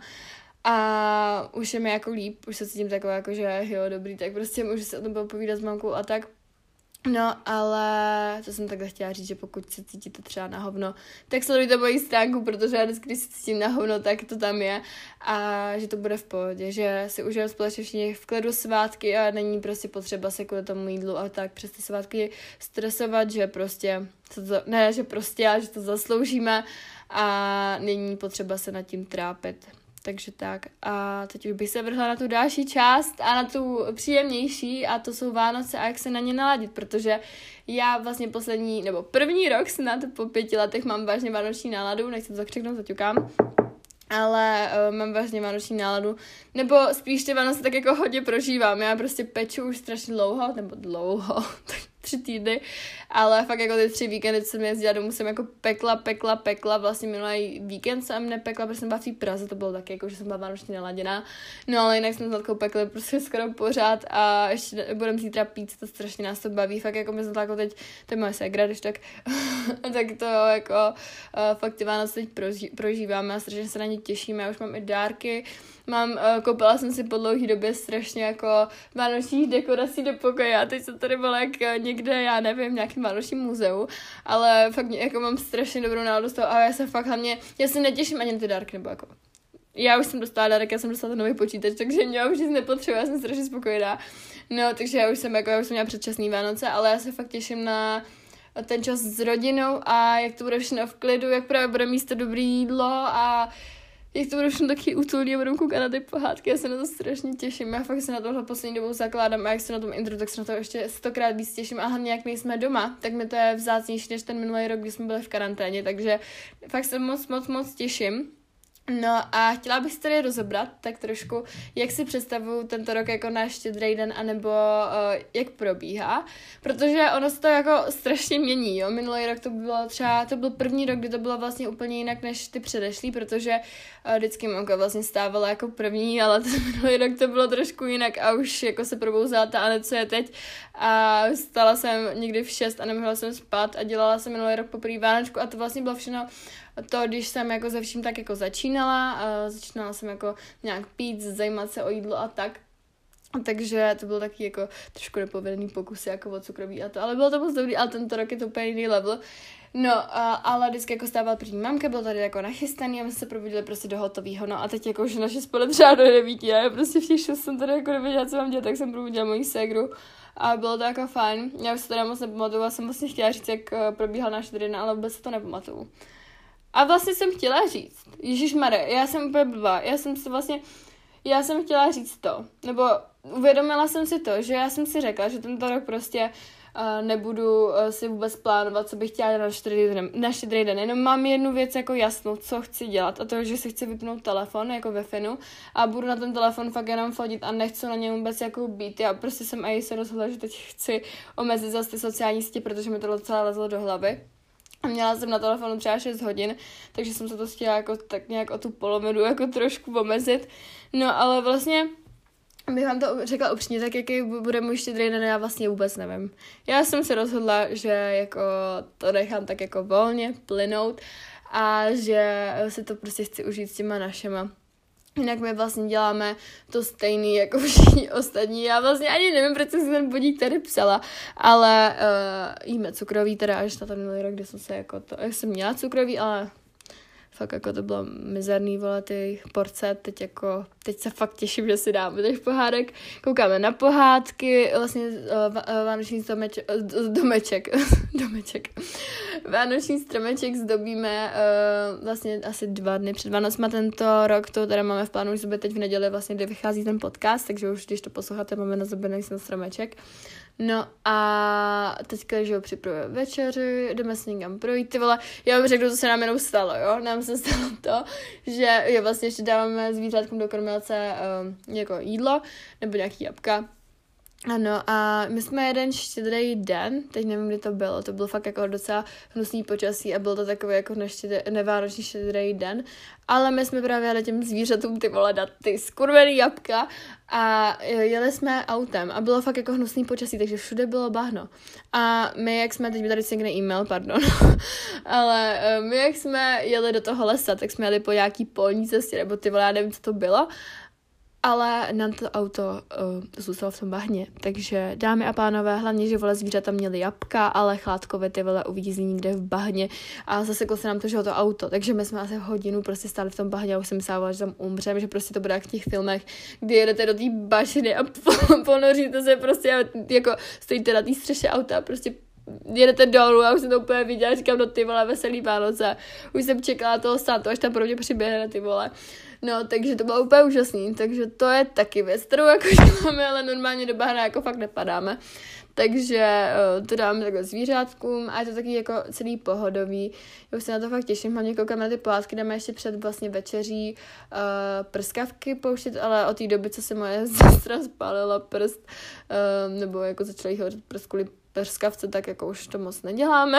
a už je mi jako líp, už se cítím takové jako, že jo, dobrý, tak prostě můžu se o tom popovídat s mamkou a tak. No, ale to jsem takhle chtěla říct, že pokud se cítíte třeba na hovno, tak sledujte moji stránku, protože já vždycky, když se cítím na hovno, tak to tam je a že to bude v pohodě, že si užijeme společně všichni v klidu svátky a není prostě potřeba se kvůli tomu jídlu a tak přes ty svátky stresovat, že prostě, ne, že prostě, ale že to zasloužíme a není potřeba se nad tím trápit. Takže tak. A teď už bych se vrhla na tu další část a na tu příjemnější a to jsou Vánoce a jak se na ně naladit, protože já vlastně poslední, nebo první rok snad po pěti letech mám vážně vánoční náladu, nechci to zakřiknout, zaťukám, ale uh, mám vážně vánoční náladu, nebo spíš ty Vánoce tak jako hodně prožívám, já prostě peču už strašně dlouho, nebo dlouho, tři týdny, ale fakt jako ty tři víkendy, co jsem jezdila domů, jsem jako pekla, pekla, pekla, vlastně minulý víkend jsem nepekla, protože jsem byla v té Praze, to bylo taky jako, že jsem byla vánočně naladěná, no ale jinak jsme s Natkou pekli prostě skoro pořád a ještě budeme zítra pít, to strašně nás to baví, fakt jako my jsme to jako teď, to je moje ségra, když tak, tak to jako uh, fakt ty Vánoce teď proží, prožíváme a strašně se na ně těšíme, já už mám i dárky, mám, uh, koupila jsem si po dlouhý době strašně jako vánočních dekorací do pokoje a teď jsem tady byla jak někde, já nevím, v nějakém vánočním muzeu, ale fakt jako mám strašně dobrou náladu z toho a já se fakt hlavně, já se netěším ani na ty dárky, nebo jako já už jsem dostala dárek, já jsem dostala ten nový počítač, takže mě už nic nepotřebuji, já jsem strašně spokojená. No, takže já už jsem jako, já už jsem měla předčasný Vánoce, ale já se fakt těším na ten čas s rodinou a jak to bude všechno v klidu, jak právě bude místo dobrý jídlo a jak to bude všechno taky útulný a budeme koukat na ty pohádky, já se na to strašně těším, já fakt se na tohle poslední dobou zakládám a jak se na tom intro, tak se na to ještě stokrát víc těším a hlavně jak nejsme doma, tak mi to je vzácnější než ten minulý rok, kdy jsme byli v karanténě, takže fakt se moc, moc, moc těším. No a chtěla bych si tady rozebrat tak trošku, jak si představuju tento rok jako náš Štědrý den, anebo uh, jak probíhá, protože ono se to jako strašně mění, jo, minulý rok to bylo třeba, to byl první rok, kdy to bylo vlastně úplně jinak než ty předešlý, protože uh, vždycky mamka vlastně stávala jako první, ale ten minulý rok to bylo trošku jinak a už jako se probouzela ta Anet, co je teď a stala jsem někdy v šest a nemohla jsem spát a dělala jsem minulý rok poprvé Vánočku a to vlastně bylo všechno to, když jsem jako ze vším tak jako začínala, a začínala jsem jako nějak pít, zajímat se o jídlo a tak. Takže to byl taky jako trošku nepovedený pokus jako o cukroví a to, ale bylo to moc dobrý, ale tento rok je to úplně jiný level. No, a, ale vždycky jako stávala první mamka, bylo tady jako nachystaný a my se probudili prostě do hotovýho, no a teď jako už naše spole třeba do devíti a já prostě v těch šest jsem tady jako nevěděla, co mám dělat, tak jsem probudila moji ségru a bylo to jako fajn. Já už se teda moc nepamatuju, já jsem vlastně chtěla říct, jak probíhal náš den, ale vůbec se to nepamatuju. A vlastně jsem chtěla říct, ježišmarja, já jsem úplně blbá, já jsem si vlastně, já jsem chtěla říct to, nebo uvědomila jsem si to, že já jsem si řekla, že tento rok prostě uh, nebudu uh, si vůbec plánovat, co bych chtěla na štědrý den, na štědrý den, jenom mám jednu věc jako jasnou, co chci dělat a to, že si chci vypnout telefon jako ve Finu a budu na ten telefon fakt jenom fotit a nechci na něm vůbec jako být, já prostě jsem i se rozhodla, že teď chci omezit zase ty sociální sítě, protože mi to docela lezlo do hlavy. Měla jsem na telefonu třeba šest hodin, takže jsem se to chtěla jako tak nějak o tu polovinu jako trošku omezit. No ale vlastně bych vám to řekla upřímně, tak jaký bude můj štědrý den, já vlastně vůbec nevím. Já jsem se rozhodla, že jako to nechám tak jako volně plynout a že si to prostě chci užít s těma našima. Jinak my vlastně děláme to stejný jako všichni ostatní. Já vlastně ani nevím, proč jsem si ten bodík tady psala, ale uh, jíme cukroví teda až na ten minulý rok, kde jsem se jako to, jak jsem měla cukroví, ale fakt jako to bylo mizerný, vole, ty porce, teď jako, teď se fakt těším, že si dáme těch pohádek, koukáme na pohádky, vlastně uh, vánoční stromeček, uh, domeček, domeček, vánoční stromeček zdobíme uh, vlastně asi dva dny před Vánocma tento rok, to teda máme v plánu, že bude teď v neděli vlastně, kdy vychází ten podcast, takže už když to posloucháte, máme nazobený ten stromeček. No a teďka, že ho připravuje večeři, jdeme s někam projít, ty vole, já vám řeknu, co se nám jenom stalo, jo, nám se stalo to, že jo, vlastně ještě dáváme zvířátkům do kormilce um, jako jídlo, nebo nějaký jabka. Ano, a my jsme jeden štědrý den, teď nevím, kdy to bylo, to bylo fakt jako docela hnusný počasí a byl to takový jako neštědrý, nevánoční štědrý den, ale my jsme právě jeli těm zvířatům ty vole dát ty skurvený jabka a jeli jsme autem a bylo fakt jako hnusný počasí, takže všude bylo bahno. A my, jak jsme, teď tady cikne e-mail, pardon, ale my, jak jsme jeli do toho lesa, tak jsme jeli po nějaký polní cestě, nebo ty vole, já nevím, co to bylo, ale nám to auto uh, zůstalo v tom bahně, takže dámy a pánové, hlavně, že vole zvířata měly jabka, ale chládkové ty vole uvízlí někde v bahně a zaseklo se nám to, že to auto, takže my jsme asi hodinu prostě stáli v tom bahně a už jsem myslela, že tam umřem, že prostě to bude jak v těch filmech, kdy jedete do té bažiny a ponoříte se prostě a jako stojíte na té střeše auta, prostě jedete dolů a už jsem to úplně viděla, říkám, no ty vole, veselý Vánoce, už jsem čekala toho státu, až tam pro mě přiběhne ty vole. No, takže to bylo úplně úžasný, takže to je taky věc, kterou jako děláme, ale normálně do bahna jako fakt nepadáme. Takže uh, to dáme takhle zvířátkům a je to taky jako celý pohodový. Já už se na to fakt těším, hlavně koukám na ty pohádky, dáme ještě před vlastně večeří uh, prskavky pouštět, ale od té doby, co se moje sestra spálila prst, uh, nebo jako začala jí hořet prst kvůli prskavce, tak jako už to moc neděláme.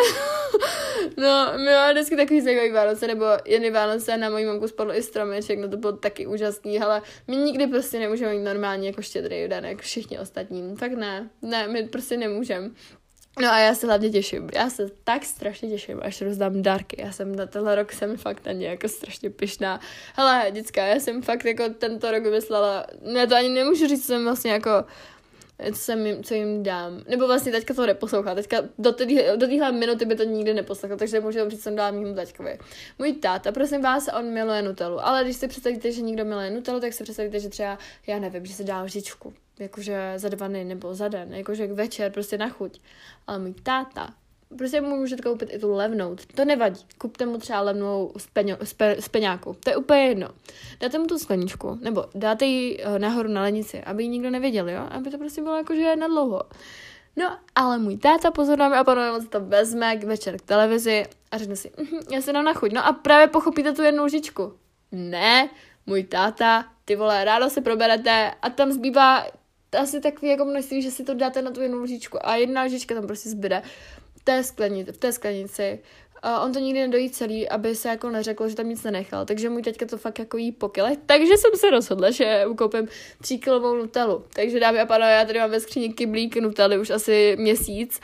No, my máme vždycky takový zajímavý Vánoce, nebo jedny Vánoce na mojí mamku spadl i stromeček, no to bylo taky úžasný, ale my nikdy prostě nemůžeme mít normálně jako štědrý den, jako všichni ostatní. Fakt ne, ne, my prostě nemůžeme. No a já se hlavně těším, já se tak strašně těším, až rozdám dárky, já jsem na tenhle rok jsem fakt na ně jako strašně pyšná. Hele, děcka, já jsem fakt jako tento rok vymyslela, já to ani nemůžu říct, co jsem vlastně jako, co, jsem jim, co jim dám, nebo vlastně teďka to neposlouchá, teďka do, tý, do téhle minuty by to nikdy neposlouchal, takže můžu říct, co jsem dala mému taťkovi. Můj táta, prosím vás, on miluje Nutellu, ale když si představíte, že někdo miluje Nutellu, tak si představíte, že třeba, já nevím, že se dá lžičku. Jakože za dva dny nebo za den, jakože večer, prostě na chuť. Ale můj táta, prostě mu můžete koupit i tu levnou, to nevadí. Kupte mu třeba levnou z, peňo, z, pe, z peňáku, to je úplně jedno. Dáte mu tu skleničku, nebo dáte ji nahoru na lednici, aby ji nikdo neviděl, jo? Aby to prostě bylo jakože na dlouho. No, ale můj táta pozoruje a panuje, on se to vezme k večer k televizi a řekne si, hm, já se dám na chuť. No a právě pochopíte tu jednu lžičku. Ne, můj táta, ty vole, ráno se proberete a tam zbývá asi takový jako množství, že si to dáte na tu jednu lžičku a jedna lžička tam prostě zbyde v té, sklenici, v té sklenici. A on to nikdy nedojí celý, aby se jako neřeklo, že tam nic nenechal. Takže můj teďka to fakt jako jí po kilech. Takže jsem se rozhodla, že ukoupím tříkilovou Nutellu. Takže dámy a pánové, já tady mám ve skříni kyblík Nutelly už asi měsíc.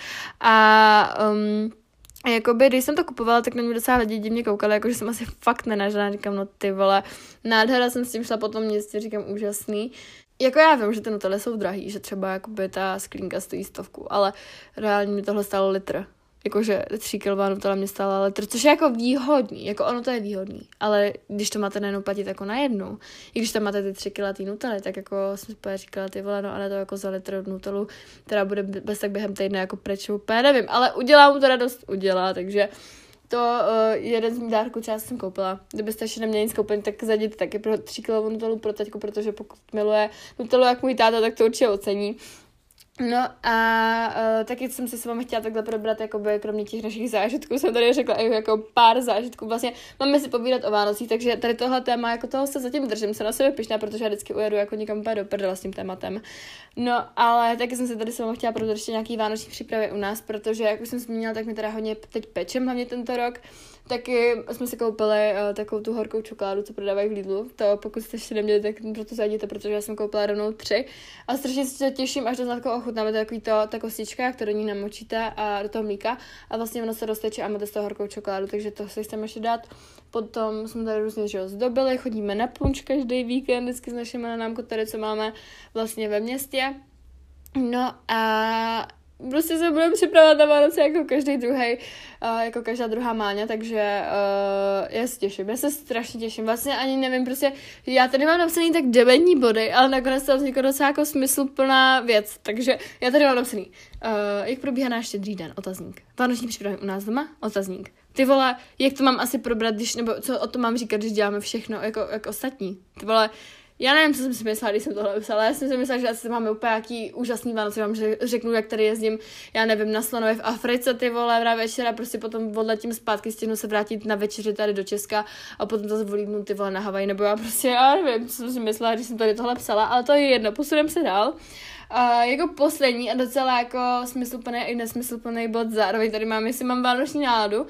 A um, A jakoby, když jsem to kupovala, tak na mě docela lidi divně koukali, jakože jsem asi fakt nenažila, říkám, no ty vole, nádhera, jsem s tím šla po tom městě, říkám, úžasný. Jako já vím, že ty Nutelly jsou drahý, že třeba jakoby ta sklínka stojí stovku, ale reálně mi tohle stálo litr. Jakože tříkilová Nutella mě stála litr, což je jako výhodný, jako ono to je výhodný, ale když to máte najednou platit jako na jednu, i když tam máte ty tři kila tý Nutelly, tak jako jsem si říkala, ty vole, no ale to jako za litr Nutellu, která bude bez tak během týdne jako pryč, úplně nevím, ale udělá mu to radost, udělá, takže to uh, jeden z mých dárků, třeba jsem koupila. Kdybyste ještě neměli nic koupit, tak zajděte taky pro tříkilovou Nutellu pro taťku, protože pokud miluje Nutellu jak můj táta, tak to určitě ocení. No a uh, taky jsem si s vámi chtěla takhle probrat, jakoby kromě těch našich zážitků, jsem tady řekla i jako pár zážitků, vlastně máme si povídat o Vánocích, takže tady tohle téma, jako toho se zatím držím, jsem na sebe pyšná, protože já vždycky ujedu jako někam úplně do prdela s tím tématem. No, ale taky jsem si tady s vámi chtěla probrat ještě nějaký vánoční přípravy u nás, protože jak už jsem zmínila, tak mi teda hodně teď pečem, hlavně tento rok. Taky jsme si koupili uh, takovou tu horkou čokoládu, co prodávají v Lidlu. To pokud jste ještě neměli, tak proto zajděte, protože já jsem koupila rovnou tři. A strašně se těším, až to znátko ochutnáme. To je takový to, ta kostička, kterou do ní namočíte a do toho mlíka. A vlastně ono se rozteče a máte z toho horkou čokoládu, takže to si chceme ještě dát. Potom jsme tady různě že zdobili, chodíme na punč každý víkend, vždycky s našimi nanámko tady, co máme vlastně ve městě. No a prostě se budeme připravovat na Vánoce jako každý druhý, uh, jako každá druhá Máňa, takže uh, já se těším, já se strašně těším, vlastně ani nevím, prostě já tady mám napsaný tak devětní body, ale nakonec to vzniklo docela jako smysluplná věc, takže já tady mám napsaný, uh, jak probíhá náš Štědrý den, otazník, vánoční přípravy u nás doma, otazník, ty vole, jak to mám asi probrat, když, nebo co o tom mám říkat, když děláme všechno jako, jako ostatní, ty vole, já nevím, co jsem si myslela, když jsem tohle psala. Já jsem si myslela, že asi máme úplně nějaký úžasný Vánoce. Vám řeknu, jak tady jezdím, já nevím, na Slonově v Africe, ty vole, na večer a prostě potom odletím zpátky, stihnu se vrátit na večeři tady do Česka a potom zase volídnu ty vole na Havaj, nebo já prostě, já nevím, co jsem si myslela, když jsem tady tohle psala, ale to je jedno, posuneme se dál. Uh, jako poslední a docela jako smysluplný i nesmysluplný bod zároveň tady mám, jestli mám vánoční náladu.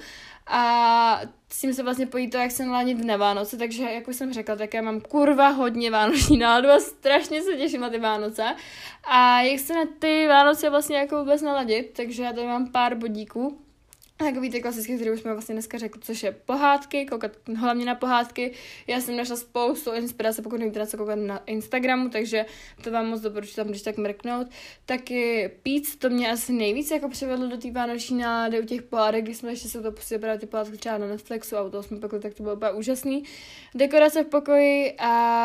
A s tím se vlastně pojí to, jak se naladit na Vánoce, takže jak už jsem řekla, tak já mám kurva hodně vánoční náladu a strašně se těším na ty Vánoce. A jak se na ty Vánoce vlastně jako vůbec naladit, takže já tady mám pár bodíků. Takový ty klasické, které už jsme vlastně dneska řekli, což je pohádky, koukat hlavně na pohádky. Já jsem našla spoustu inspirace, pokud nevíte na co koukat na Instagramu, takže to vám moc doporučuji tam, když tak mrknout. Taky píc, to mě asi nejvíc jako přivedlo do té vánoční nálady u těch pohádek, když jsme ještě se to pustili právě ty pohádky třeba na Netflixu a u toho jsme pekli, tak to bylo úplně úžasný. Dekorace v pokoji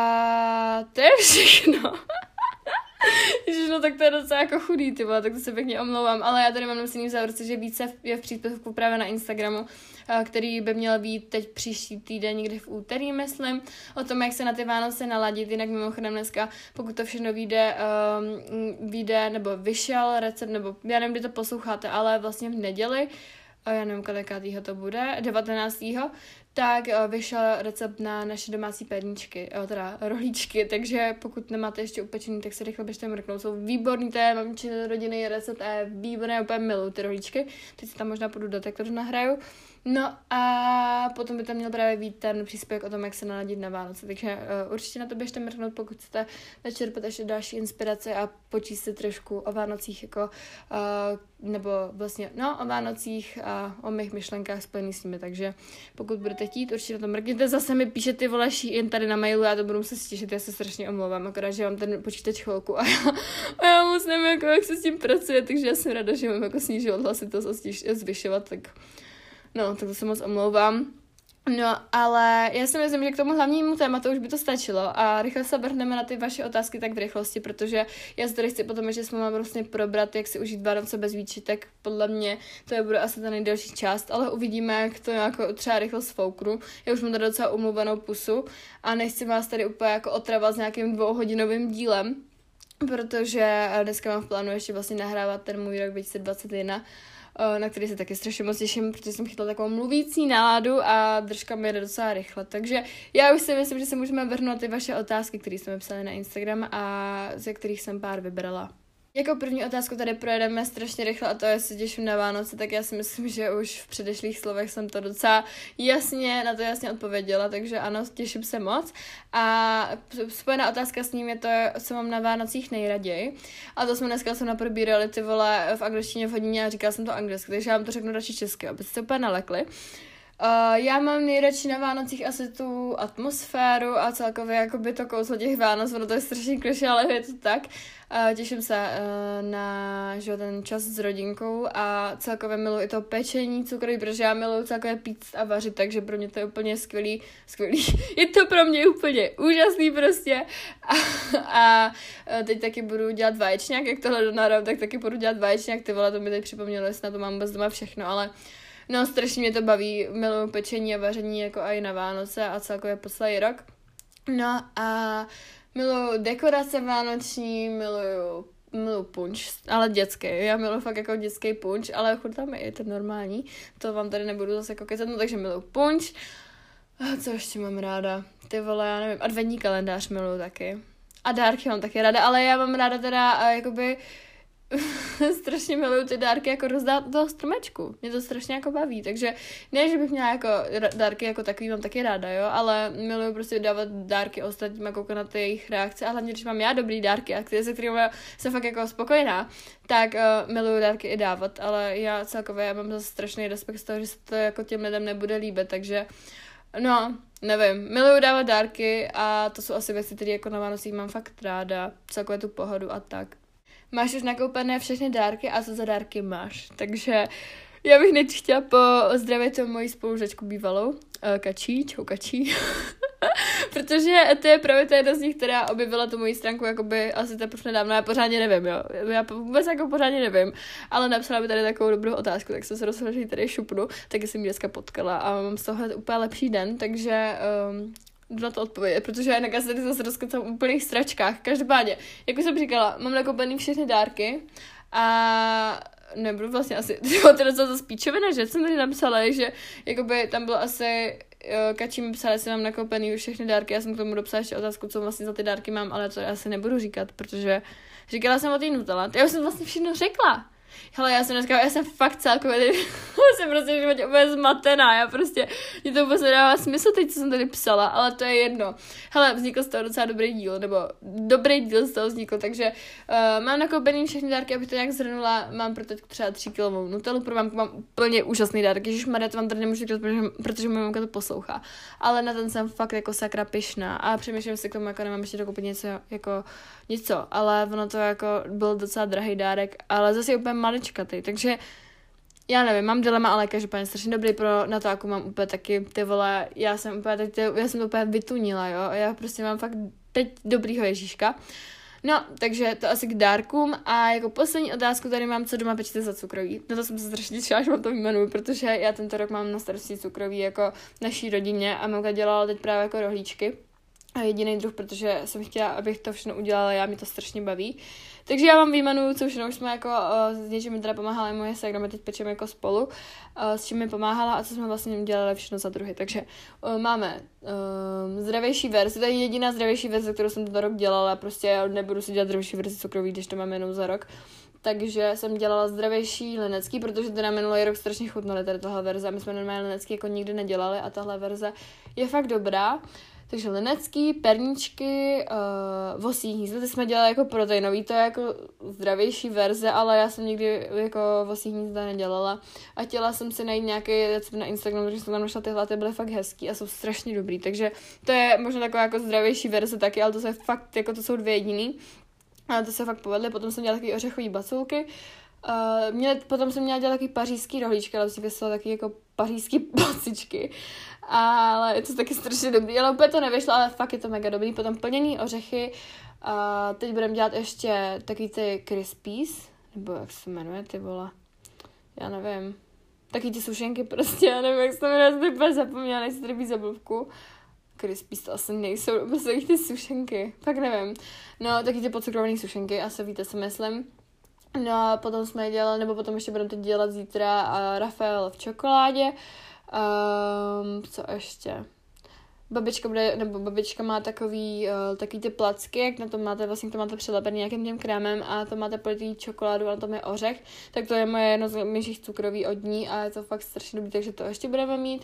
a to je všechno. Ježiš, no tak to je docela jako chudý, ty vole, tak to se pěkně omlouvám, ale já tady mám napsaný v závorce, že více je v příspěvku právě na Instagramu, který by měl být teď příští týden, někdy v úterý, myslím, o tom, jak se na ty Vánoce naladit, jinak mimochodem dneska, pokud to všechno vyjde, um, vyjde, nebo vyšel recept, nebo já nevím, kdy to posloucháte, ale vlastně v neděli, já nevím, kolikátýho to bude, devatenáctého tak vyšel recept na naše domácí perníčky, teda rohlíčky, takže pokud nemáte ještě upečený, tak se rychle běžte mrknout. Jsou výborný, to je mamičiny rodinný recept a je výborné, úplně miluji ty rohlíčky. Teď si tam možná půjdu do tak to nahraju. No a potom by tam měl právě být ten příspěvek o tom, jak se naladit na Vánoce. Takže uh, určitě na to běžte mrknout, pokud chcete načerpat ještě další inspirace a počíst si trošku o Vánocích jako uh, nebo vlastně, no, o Vánocích a o mých myšlenkách spojených s nimi, takže pokud budete chtít, určitě na to mrkněte, zase mi píše ty vole jen tady na mailu, já to budu muset stěšit, já se strašně omlouvám, akorát, že mám ten počítač chvilku a já, a já moc nevím, jako, jak se s tím pracuje, takže já jsem ráda, že mám jako snižovat hlasitost a zvyšovat, tak no, tak to se moc omlouvám. No, ale já si myslím, že k tomu hlavnímu tématu už by to stačilo a rychle se vrhneme na ty vaše otázky tak v rychlosti, protože já si tady chci potom ještě s váma prostě probrat, jak si užít Vánoce bez výčitek. Podle mě to je bude asi ta nejdelší část, ale uvidíme, jak to jako třeba rychle sfouknu. Já už mám tady docela umluvenou pusu a nechci vás tady úplně jako otravat s nějakým dvouhodinovým dílem, protože dneska mám v plánu ještě vlastně nahrávat ten můj rok dva tisíce dvacet jedna, na který se taky strašně moc těším, protože jsem chytla takovou mluvící náladu a držka mi jde docela rychle. Takže já už si myslím, že se můžeme vrhnout ty vaše otázky, které jsme psali na Instagram a ze kterých jsem pár vybrala. Jako první otázku tady projedeme strašně rychle a to je, se těším na Vánoce, tak já si myslím, že už v předešlých slovech jsem to docela jasně, na to jasně odpověděla, takže ano, těším se moc. A spojená otázka s ním je to, co mám na Vánocích nejraději. A to jsme dneska se naprobírali ty vole v angličtině v hodině a říkala jsem to anglicky, takže já vám to řeknu radši česky, abyste se úplně nalekli. Uh, já mám nejradši na Vánocích asi tu atmosféru a celkově jakoby to kouzlo těch Vánoc, ono to je strašně klišé, ale je to tak. Uh, těším se uh, na že, ten čas s rodinkou a celkově miluji i to pečení cukroví, protože já miluji celkově pít a vařit, takže pro mě to je úplně skvělý, skvělý. Je to pro mě úplně úžasný prostě. A, a teď taky budu dělat vaječňák, jak tohle donárám, tak taky budu dělat vaječňák, ty vole, to mi teď připomnělo, jestli na to mám vůbec doma všechno, ale no, strašně mě to baví, miluju pečení a vaření jako i na Vánoce a celkově po celý rok. No a miluju dekorace vánoční, miluju, miluju punč, ale dětský. Já miluju fakt jako dětský punč, ale chutná mi i ten normální. To vám tady nebudu zase jako kecat, no takže miluju punč. A co ještě mám ráda? Ty vole, já nevím, adventní kalendář miluju taky. A dárky mám taky ráda, ale já mám ráda teda a jakoby strašně miluju ty dárky jako rozdát do toho stromečku. Mě to strašně jako baví, takže ne, že bych měla jako dárky jako takový, mám taky ráda, jo, ale miluju prostě dávat dárky ostatním a koukat na ty jejich reakce a hlavně, když mám já dobrý dárky a se kterými jsem fakt jako spokojená, tak uh, miluju dárky i dávat, ale já celkově já mám zase strašný respekt z toho, že se to jako těm lidem nebude líbit, takže no, nevím, miluju dávat dárky a to jsou asi věci, které jako na Vánocích mám fakt ráda, celkově tu pohodu a tak. Máš už nakoupené všechny dárky a co za dárky máš. Takže já bych než chtěla pozdravit tu moji spolužačku bývalou, Kačí, čau Kačí. Protože to je právě ta jedna z nich, která objevila tu moji stránku jakoby asi teprve nedávno, já pořádně nevím, jo. Já vůbec jako pořádně nevím, ale napsala mi tady takovou dobrou otázku, tak jsem se rozhodla, že ji tady šupnu, taky jsem ji dneska potkala a mám z toho úplně lepší den, takže um, jdu na to odpovědět, protože jinak já se tady zase rozkocám v úplných stračkách. Každopádně, jako jsem říkala, mám nakoupený všechny dárky a nebudu vlastně asi, to je docela zase píčovina, že jsem tady napsala, že jakoby tam bylo asi, Kačí mi psala, že mám nakoupený už všechny dárky, já jsem k tomu dopsala ještě otázku, co vlastně za ty dárky mám, ale to já asi nebudu říkat, protože říkala jsem o té Nutella, já už jsem vlastně všechno řekla. Hele, já jsem dneska, já jsem fakt celkově, jsem prostě v životě úplně zmatená, já prostě, mě to vůbec nedává smysl teď, co jsem tady psala, ale to je jedno. Hele, vznikl z toho docela dobrý díl, nebo dobrý díl z toho vznikl, takže uh, mám nakoupený všechny dárky, abych to nějak zhrnula, mám pro teď třeba tři kilovou Nutellu, pro mamku mám úplně úžasný dárek, ježišmarja, to vám tady nemůžu říkat, protože, protože moje mamka to poslouchá, ale na ten jsem fakt jako sakra pyšná a přemýšlím si k tomu, jako nemám ještě dokoupit něco, jako něco, ale ono to jako byl docela drahý dárek, ale zase úplně maličkatý, takže já nevím, mám dilema, ale každopádně strašně dobrý pro natáku, mám úplně taky, ty vole, já jsem úplně teď, já jsem to úplně vytunila, jo, a já prostě mám fakt teď dobrýho Ježíška. No, takže to asi k dárkům a jako poslední otázku tady mám, co doma pečete za cukroví. Na to jsem se strašně těšila, že vám to vyjmenuji, protože já tento rok mám na starosti cukroví jako naší rodině a mamka dělala teď právě jako rohlíčky. A jediný druh, protože jsem chtěla, abych to všechno udělala, já mi to strašně baví. Takže já vám vyjmenuju, co všechno už jsme jako uh, s něčím mi teda pomáhala i moje ségra, my teď pečeme jako spolu, uh, s čím mi pomáhala a co jsme vlastně udělali všechno za druhy. Takže uh, máme uh, zdravější verzi, to je jediná zdravější verze, kterou jsem tento rok dělala, prostě já nebudu si dělat zdravější verzi cukrový, když to mám jenom za rok. Takže jsem dělala zdravější linecký, protože teda minulý rok strašně chutnaly tady tohle verze a my jsme normálně linecký jako nikdy nedělali a tahle verze je fakt dobrá. Takže linecký, perničky, uh, vosí hnízdo, ty jsme dělali jako proteinový, to je jako zdravější verze, ale já jsem nikdy jako vosí hnízda nedělala a chtěla jsem si najít nějaký recept na Instagramu, protože jsem tam našla tyhle, ty byly fakt hezký a jsou strašně dobrý, takže to je možná taková jako zdravější verze taky, ale to jsou fakt, jako to jsou dvě jediný a to se fakt povedly, potom jsem dělala taky ořechový baculky. Uh, měli, potom jsem měla dělat taky pařížský rohlíčky, ale si vysela taky jako pařížský pacičky. Ale je to taky strašně dobrý, ale úplně to nevyšlo, ale fakt je to mega dobrý. Potom plněný ořechy. Uh, teď budeme dělat ještě taky ty crispies, nebo jak se jmenuje, ty vole. Já nevím. Taky ty sušenky prostě, já nevím, jak se to jmenuje, jsem úplně zapomněla, nejsi tady být zabavku. Crispies to asi nejsou, prostě taky ty sušenky, fakt nevím. No, taky ty podcukrované sušenky, asi víte, co myslím. No a potom jsme je dělali, nebo potom ještě budeme teď dělat zítra uh, Rafael v čokoládě. Um, co ještě? Babička bude, nebo babička má takový, uh, takový ty placky, jak na tom máte, vlastně to máte přilepený nějakým tím krémem a to máte politý čokoládu a na tom je ořech, tak to je moje jedno z menších cukrový od ní a je to fakt strašně dobrý, takže to ještě budeme mít.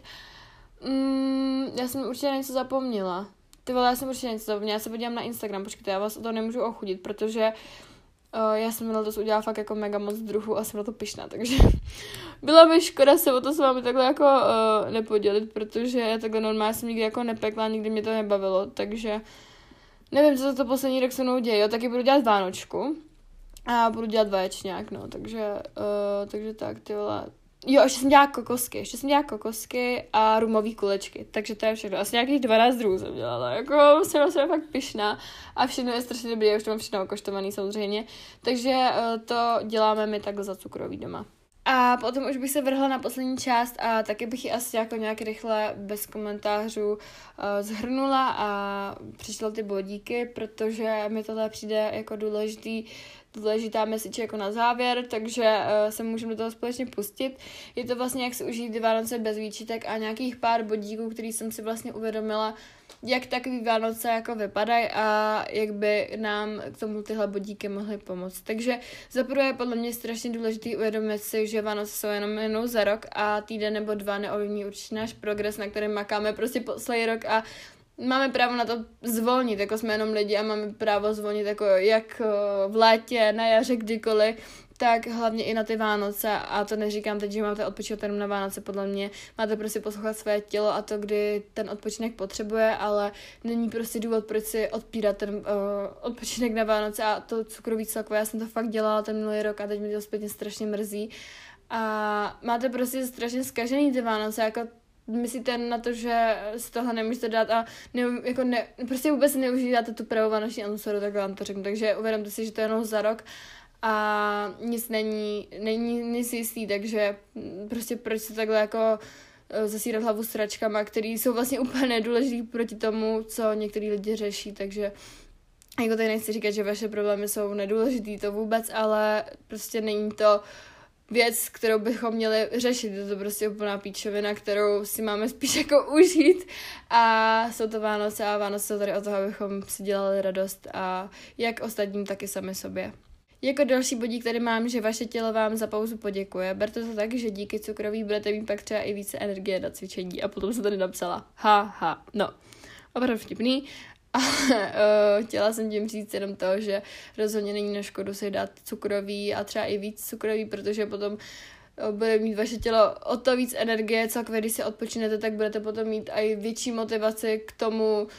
Mm, já jsem určitě něco zapomněla. Ty vole, já jsem určitě něco zapomněla, já se podívám na Instagram, počkejte, já vás o to nemůžu ochudit, protože Uh, já jsem letos udělala fakt jako mega moc druhů a jsem na to pyšná, takže byla mi škoda se o to s vámi takhle jako uh, nepodělit, protože já takhle normálně jsem nikdy jako nepekla, nikdy mě to nebavilo, takže nevím, co se to poslední rok se mnou děje, jo, taky budu dělat vánočku a budu dělat vaječňák, no, takže, uh, takže tak, ty vole. Jo, ještě jsem dělala kokosky, ještě jsem dělala kokosky a rumový kulečky, takže to je všechno. Asi nějakých dvanáct druhů jsem dělala, jako jsem na sebe fakt pyšná a všechno je strašně dobrý, já už to mám všechno okoštovaný samozřejmě, takže uh, to děláme my takhle za cukroví doma. A potom už bych se vrhla na poslední část a taky bych ji asi jako nějak rychle bez komentářů uh, zhrnula a přečetla ty bodíky, protože mi tohle přijde jako důležitý důležitá message jako na závěr, takže uh, se můžeme do toho společně pustit. Je to vlastně, jak si užít ty Vánoce bez výčitek a nějakých pár bodíků, který jsem si vlastně uvědomila, jak takový Vánoce jako vypadají a jak by nám k tomu tyhle bodíky mohly pomoct. Takže za prvé je podle mě strašně důležitý uvědomit si, že Vánoce jsou jenom jednou za rok a týden nebo dva neovlivní určitě náš progres, na kterém makáme prostě po celý rok a máme právo na to zvolnit, jako jsme jenom lidi a máme právo zvolnit jako jak v létě, na jaře, kdykoliv, tak hlavně i na ty Vánoce a to neříkám teď, že máte odpočívat jenom na Vánoce, podle mě máte prostě poslouchat své tělo a to, kdy ten odpočinek potřebuje, ale není prostě důvod, proč si odpírat ten uh, odpočinek na Vánoce a to cukroví celkové, já jsem to fakt dělala ten minulý rok a teď mi to zpětně strašně mrzí a máte prostě strašně zkažený ty Vánoce, jako myslíte na to, že z toho nemůžete dát a ne, jako ne, prostě vůbec neužíváte tu pravou vánoční atmosféru, tak vám to řeknu. Takže uvědomte si, že to je jenom za rok a nic není, není nic jistý, takže prostě proč se takhle jako zasírat hlavu sračkama, který jsou vlastně úplně nedůležitý proti tomu, co některý lidi řeší, takže jako tady nechci říkat, že vaše problémy jsou nedůležitý, to vůbec, ale prostě není to věc, kterou bychom měli řešit. Je to prostě úplná píčovina, kterou si máme spíš jako užít a jsou to Vánoce a Vánoce jsou tady o toho, abychom si dělali radost a jak ostatním, tak i sami sobě. Jako další bodík tady mám, že vaše tělo vám za pauzu poděkuje. Berte to tak, že díky cukroví budete mít pak třeba i více energie na cvičení a potom se tady napsala ha, ha, no. Opravdu vtipný. A uh, chtěla jsem tím říct jenom to, že rozhodně není na škodu si dát cukroví a třeba i víc cukroví, protože potom uh, bude mít vaše tělo o to víc energie, celkově když si odpočinete, tak budete potom mít i větší motivaci k tomu uh,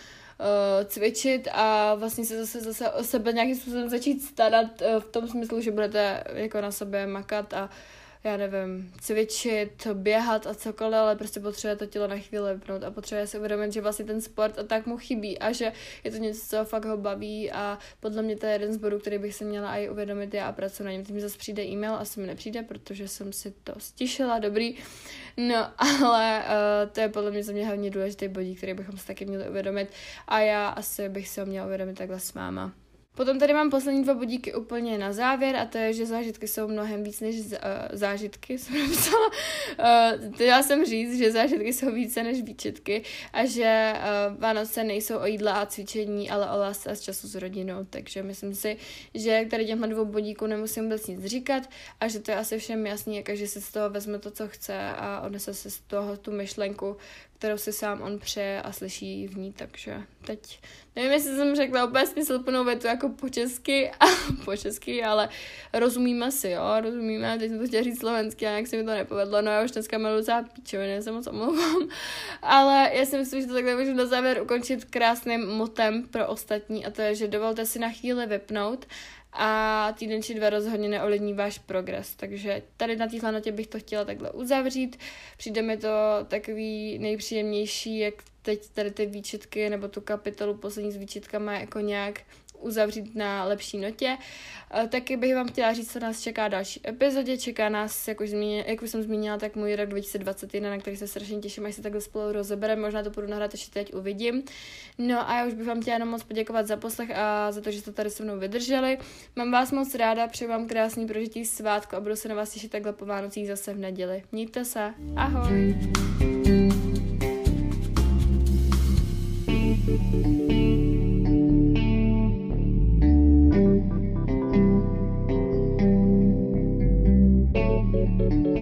cvičit a vlastně se zase, zase o sebe nějakým způsobem začít starat uh, v tom smyslu, že budete jako na sobě makat a já nevím, cvičit, běhat a cokoliv, ale prostě potřebuje to tělo na chvíli vypnout a potřebuje si uvědomit, že vlastně ten sport a tak mu chybí a že je to něco, co fakt ho baví a podle mě to je jeden z bodů, který bych si měla i uvědomit já a pracuji na něm. Teď mi zase přijde e-mail, asi mi nepřijde, protože jsem si to stišila, dobrý. No, ale uh, to je podle mě za mě hlavně důležitý bodík, který bychom si taky měli uvědomit a já asi bych si ho měla uvědomit takhle s máma. Potom tady mám poslední dva bodíky úplně na závěr a to je, že zážitky jsou mnohem víc než z, uh, zážitky, jsem napsala. Uh, chtěla jsem říct, že zážitky jsou více než výčitky a že uh, Vánoce nejsou o jídle a cvičení, ale o lásce a z času s rodinou, takže myslím si, že tady těmhle dvou bodíků nemusím vůbec nic říkat a že to je asi všem jasný, že si z toho vezme to, co chce a odnese si z toho tu myšlenku, kterou si sám on přeje a slyší v ní, takže teď nevím, jestli jsem řekla úplně smysluplnou větu jako po česky, a po česky, ale rozumíme si, jo, rozumíme, teď jsem to chtěla říct slovensky a jak se mi to nepovedlo, no já už dneska miluji za píčoviny, se moc omlouvám, ale já si myslím, že to takhle můžu na závěr ukončit krásným motem pro ostatní a to je, že dovolte si na chvíli vypnout a týden či dva rozhodně neovlivní váš progres. Takže tady na téhle notě bych to chtěla takhle uzavřít. Přijde mi to takový nejpříjemnější, jak teď tady ty výčitky nebo tu kapitolu poslední s výčitkama jako nějak uzavřít na lepší notě. Taky bych vám chtěla říct, co nás čeká další epizodě. Čeká nás, jak už, zmínila, jak už jsem zmínila, tak můj rok dva tisíce dvacet jedna, na který se strašně těším, až se takhle spolu rozebereme. Možná to budu nahrát ještě teď, uvidím. No a já už bych vám chtěla jenom moc poděkovat za poslech a za to, že jste tady se mnou vydrželi. Mám vás moc ráda, přeju vám krásný prožití svátku a budu se na vás těšit takhle po Vánocích zase v neděli. Mějte se. Ahoj!